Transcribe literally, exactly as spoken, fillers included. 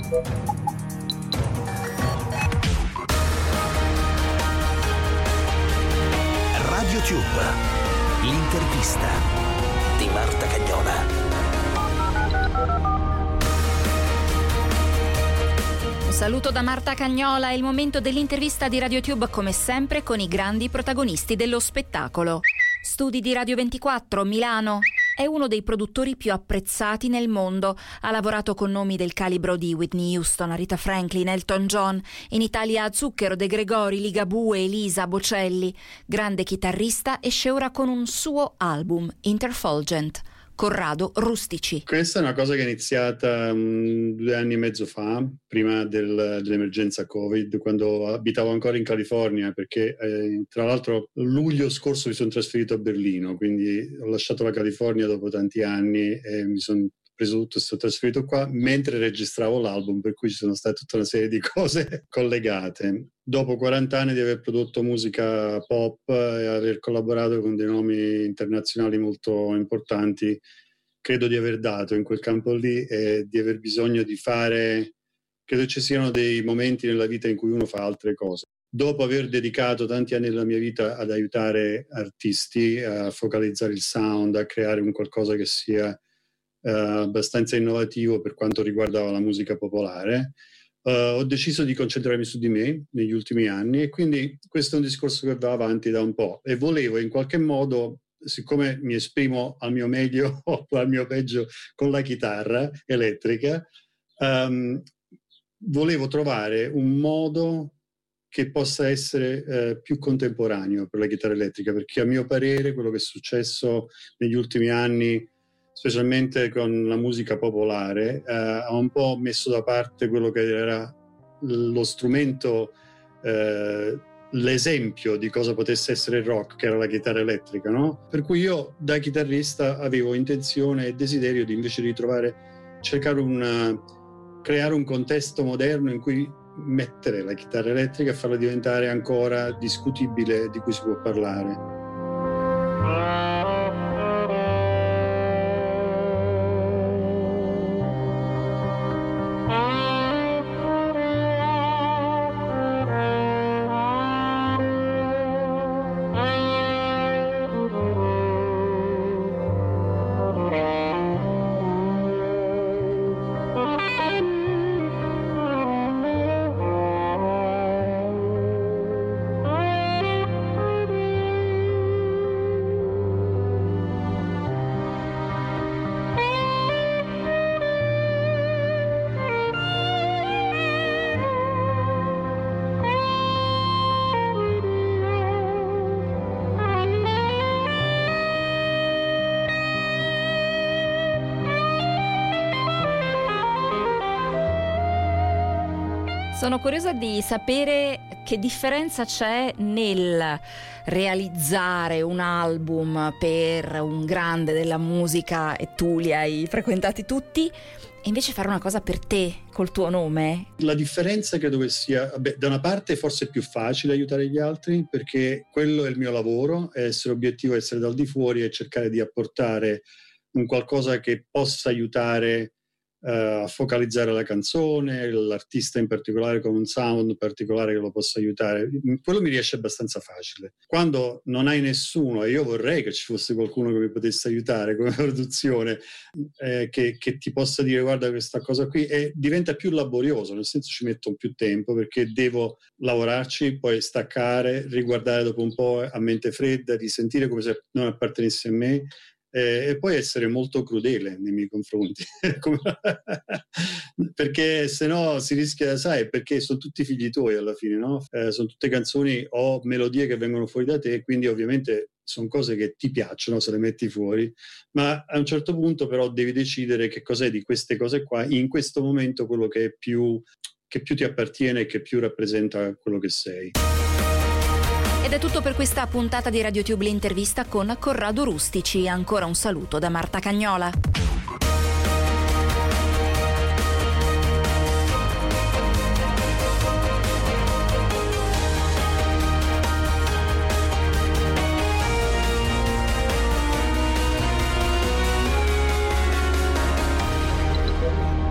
RadioTube, l'intervista di Marta Cagnola. Un saluto da Marta Cagnola, è il momento dell'intervista di RadioTube, come sempre con i grandi protagonisti dello spettacolo. Studi di Radio ventiquattro, Milano. È uno dei produttori più apprezzati nel mondo. Ha lavorato con nomi del calibro di Whitney Houston, Aretha Franklin, Elton John. In Italia Zucchero, De Gregori, Ligabue, Elisa, Bocelli. Grande chitarrista, esce ora con un suo album, Interfulgent. Corrado Rustici. Questa è una cosa che è iniziata um, due anni e mezzo fa, prima del, dell'emergenza Covid, quando abitavo ancora in California, perché eh, tra l'altro luglio scorso mi sono trasferito a Berlino, quindi ho lasciato la California dopo tanti anni e mi sono preso tutto e sono trasferito qua mentre registravo l'album, per cui ci sono state tutta una serie di cose collegate. Dopo quaranta anni di aver prodotto musica pop e aver collaborato con dei nomi internazionali molto importanti, credo di aver dato in quel campo lì e di aver bisogno di fare, credo ci siano dei momenti nella vita in cui uno fa altre cose. Dopo aver dedicato tanti anni della mia vita ad aiutare artisti a focalizzare il sound, a creare un qualcosa che sia Uh, abbastanza innovativo per quanto riguardava la musica popolare, uh, ho deciso di concentrarmi su di me negli ultimi anni, e quindi questo è un discorso che va avanti da un po', e volevo in qualche modo, siccome mi esprimo al mio meglio o al mio peggio con la chitarra elettrica, um, volevo trovare un modo che possa essere uh, più contemporaneo per la chitarra elettrica, perché a mio parere quello che è successo negli ultimi anni, specialmente con la musica popolare, eh, ha un po' messo da parte quello che era lo strumento, eh, l'esempio di cosa potesse essere il rock, che era la chitarra elettrica, no? Per cui io da chitarrista avevo intenzione e desiderio di invece di trovare, cercare una, creare un contesto moderno in cui mettere la chitarra elettrica e farla diventare ancora discutibile, di cui si può parlare. Sono curiosa di sapere che differenza c'è nel realizzare un album per un grande della musica, e tu li hai frequentati tutti, e invece fare una cosa per te, col tuo nome. La differenza credo che sia, beh, da una parte forse è più facile aiutare gli altri, perché quello è il mio lavoro, è essere obiettivo, essere dal di fuori e cercare di apportare un qualcosa che possa aiutare Uh, a focalizzare la canzone, l'artista in particolare con un sound particolare che lo possa aiutare. Quello mi riesce abbastanza facile. Quando non hai nessuno, e io vorrei che ci fosse qualcuno che mi potesse aiutare come produzione, eh, che, che ti possa dire guarda questa cosa qui, e diventa più laborioso, nel senso ci metto più tempo perché devo lavorarci, poi staccare, riguardare dopo un po' a mente fredda, risentire come se non appartenesse a me. Eh, e poi essere molto crudele nei miei confronti perché se no si rischia, sai, perché sono tutti figli tuoi alla fine, no? Eh, sono tutte canzoni o melodie che vengono fuori da te, quindi ovviamente sono cose che ti piacciono se le metti fuori, ma a un certo punto però devi decidere che cos'è di queste cose qua in questo momento quello che è più, che più ti appartiene e che più rappresenta quello che sei. Ed è tutto per questa puntata di RadioTube, l'intervista con Corrado Rustici. Ancora un saluto da Marta Cagnola.